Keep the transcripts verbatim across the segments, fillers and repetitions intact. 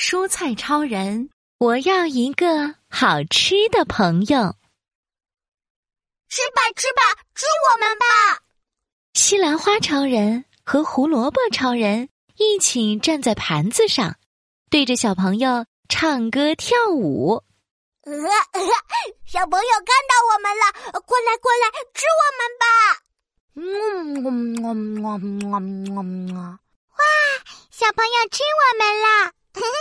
蔬菜超人，我要一个好吃的朋友。 吃吧吃吧，吃我们吧！ 西兰花超人和胡萝卜超人一起站在盘子上，对着小朋友唱歌跳舞。 呃呃、小朋友看到我们了，过来过来，吃我们吧！嗯嗯嗯嗯嗯嗯哇，小朋友吃我们了！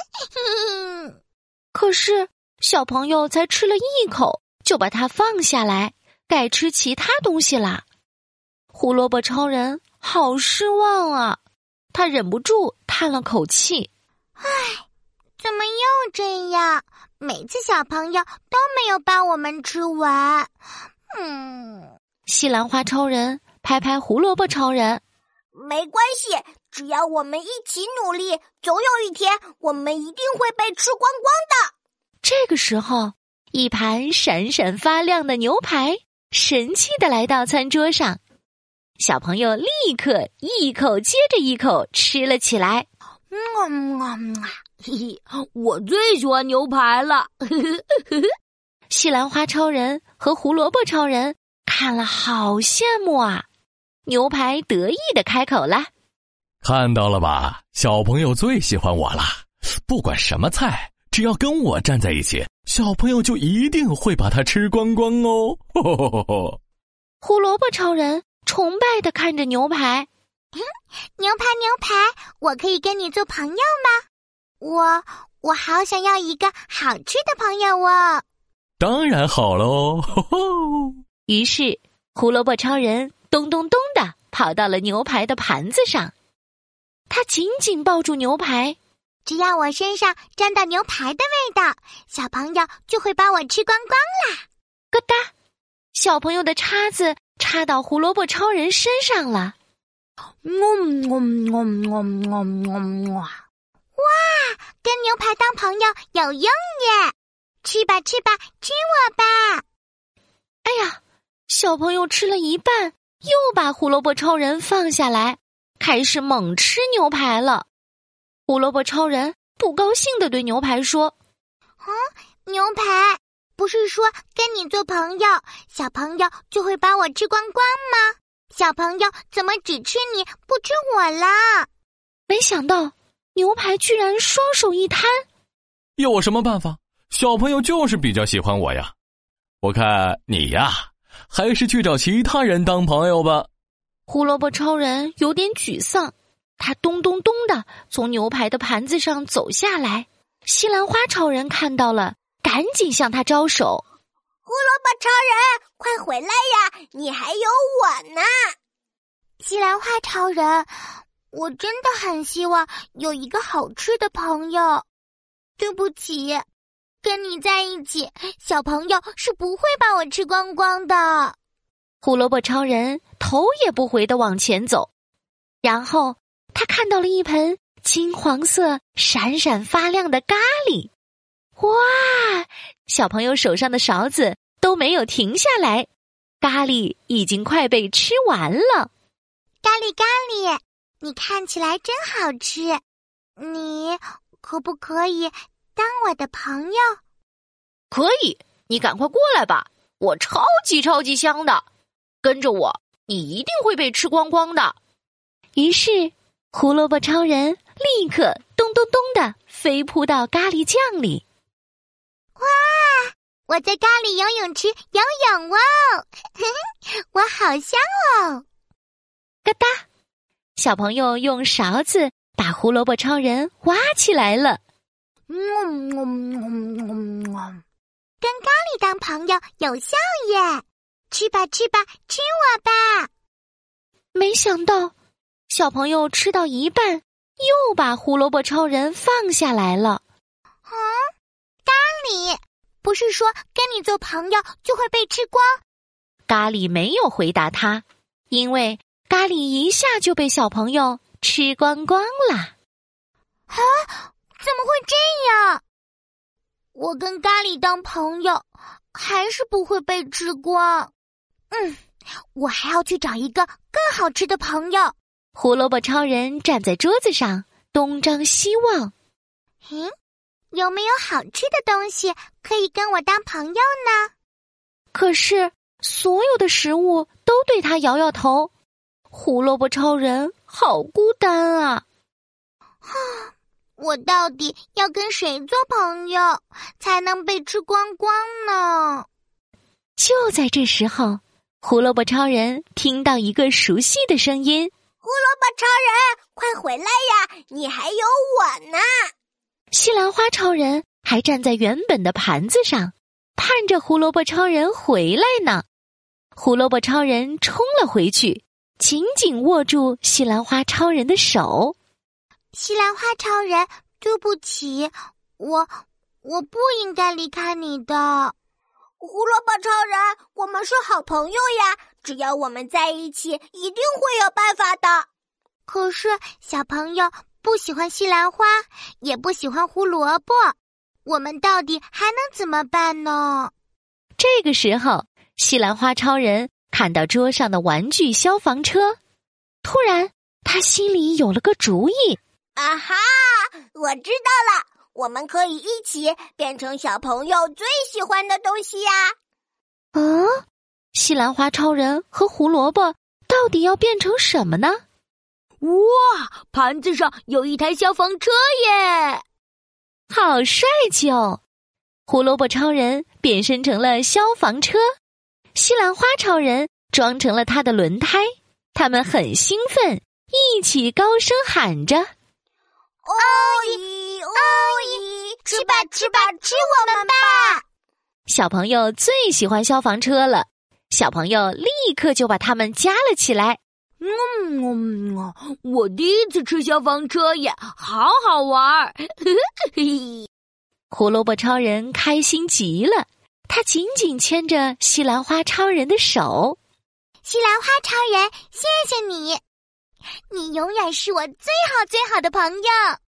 可是小朋友才吃了一口，就把它放下来，改吃其他东西啦。胡萝卜超人好失望啊，他忍不住叹了口气。 唉，怎么又这样？每次小朋友都没有把我们吃完。嗯， 西兰花超人拍拍胡萝卜超人， 没关系，只要我们一起努力，总有一天我们一定会被吃光光的。 这个时候，一盘闪闪发亮的牛排神气地来到餐桌上，小朋友立刻一口接着一口吃了起来。 嗯嗯嗯，嘿嘿，我最喜欢牛排了。 西兰花超人和胡萝卜超人看了好羡慕啊！牛排得意地开口了：“ 看到了吧，小朋友最喜欢我了。不管什么菜，只要跟我站在一起，小朋友就一定会把它吃光光哦。”呵呵呵呵。 胡萝卜超人崇拜地看着牛排。 嗯，牛排牛排，我可以跟你做朋友吗？我我好想要一个好吃的朋友哦。 当然好喽。呵呵。 于是胡萝卜超人咚咚咚地跑到了牛排的盘子上，他紧紧抱住牛排。 只要我身上沾到牛排的味道，小朋友就会把我吃光光啦。 咯哒，小朋友的叉子插到胡萝卜超人身上了。 嗯嗯嗯嗯嗯嗯哇！跟牛排当朋友有用耶！吃吧吃吧，吃我吧！ 哎呀，小朋友吃了一半，又把胡萝卜超人放下来，开始猛吃牛排了。胡萝卜超人不高兴地对牛排说：“ 嗯，牛排，不是说跟你做朋友，小朋友就会把我吃光光吗？小朋友怎么只吃你不吃我啦？” 没想到牛排居然双手一摊。 有什么办法？小朋友就是比较喜欢我呀。我看你呀，还是去找其他人当朋友吧。 胡萝卜超人有点沮丧，他咚咚咚地从牛排的盘子上走下来。西兰花超人看到了，赶紧向他招手：“ 胡萝卜超人，快回来呀！你还有我呢！”西兰花超人，我真的很希望有一个好吃的朋友。对不起，跟你在一起，小朋友是不会把我吃光光的。 胡萝卜超人头也不回地往前走，然后他看到了一盆金黄色、闪闪发亮的咖喱。哇！小朋友手上的勺子都没有停下来，咖喱已经快被吃完了。 咖喱咖喱，你看起来真好吃，你可不可以当我的朋友？ 可以，你赶快过来吧，我超级超级香的，跟着我，你一定会被吃光光的。于是胡萝卜超人立刻咚咚咚地飞扑到咖喱酱里。 哇，我在咖喱游泳池游泳哦，我好香哦。 咯哒，小朋友用勺子把胡萝卜超人挖起来了。 嗯嗯嗯嗯嗯，跟咖喱当朋友有效耶！吃吧吃吧，吃我吧！ 没想到小朋友吃到一半，又把胡萝卜超人放下来了。 嗯，咖喱，不是说跟你做朋友就会被吃光？ 咖喱没有回答他，因为咖喱一下就被小朋友吃光光啦。 啊，怎么会这样？我跟咖喱当朋友，还是不会被吃光。嗯，我还要去找一个更好吃的朋友。 胡萝卜超人站在桌子上，东张西望。 嗯， 有没有好吃的东西可以跟我当朋友呢？ 可是所有的食物都对他摇摇头，胡萝卜超人好孤单啊！ 我到底要跟谁做朋友，才能被吃光光呢？ 就在这时候，胡萝卜超人听到一个熟悉的声音：“ 胡萝卜超人，快回来呀！你还有我呢！” 西兰花超人还站在原本的盘子上，盼着胡萝卜超人回来呢。胡萝卜超人冲了回去，紧紧握住西兰花超人的手。 西兰花超人，对不起，我我不应该离开你的。胡萝卜超人，我们是好朋友呀，只要我们在一起，一定会有办法的。可是小朋友不喜欢西兰花，也不喜欢胡萝卜，我们到底还能怎么办呢？ 这个时候，西兰花超人看到桌上的玩具消防车，突然他心里有了个主意。 啊哈，我知道了，我们可以一起变成小朋友最喜欢的东西呀！ 啊，西兰花超人和胡萝卜到底要变成什么呢？ 哇，盘子上有一台消防车耶！ 好帅气哦！胡萝卜超人变身成了消防车，西兰花超人装成了他的轮胎，他们很兴奋，一起高声喊着：“ 哦咦哦咦，吃吧吃吧吃我们吧！” 小朋友最喜欢消防车了，小朋友立刻就把它们夹了起来。 嗯嗯，我第一次吃消防车耶，好好玩！ 胡萝卜超人开心极了，他紧紧牵着西兰花超人的手。 西兰花超人，谢谢你，你永远是我最好最好的朋友。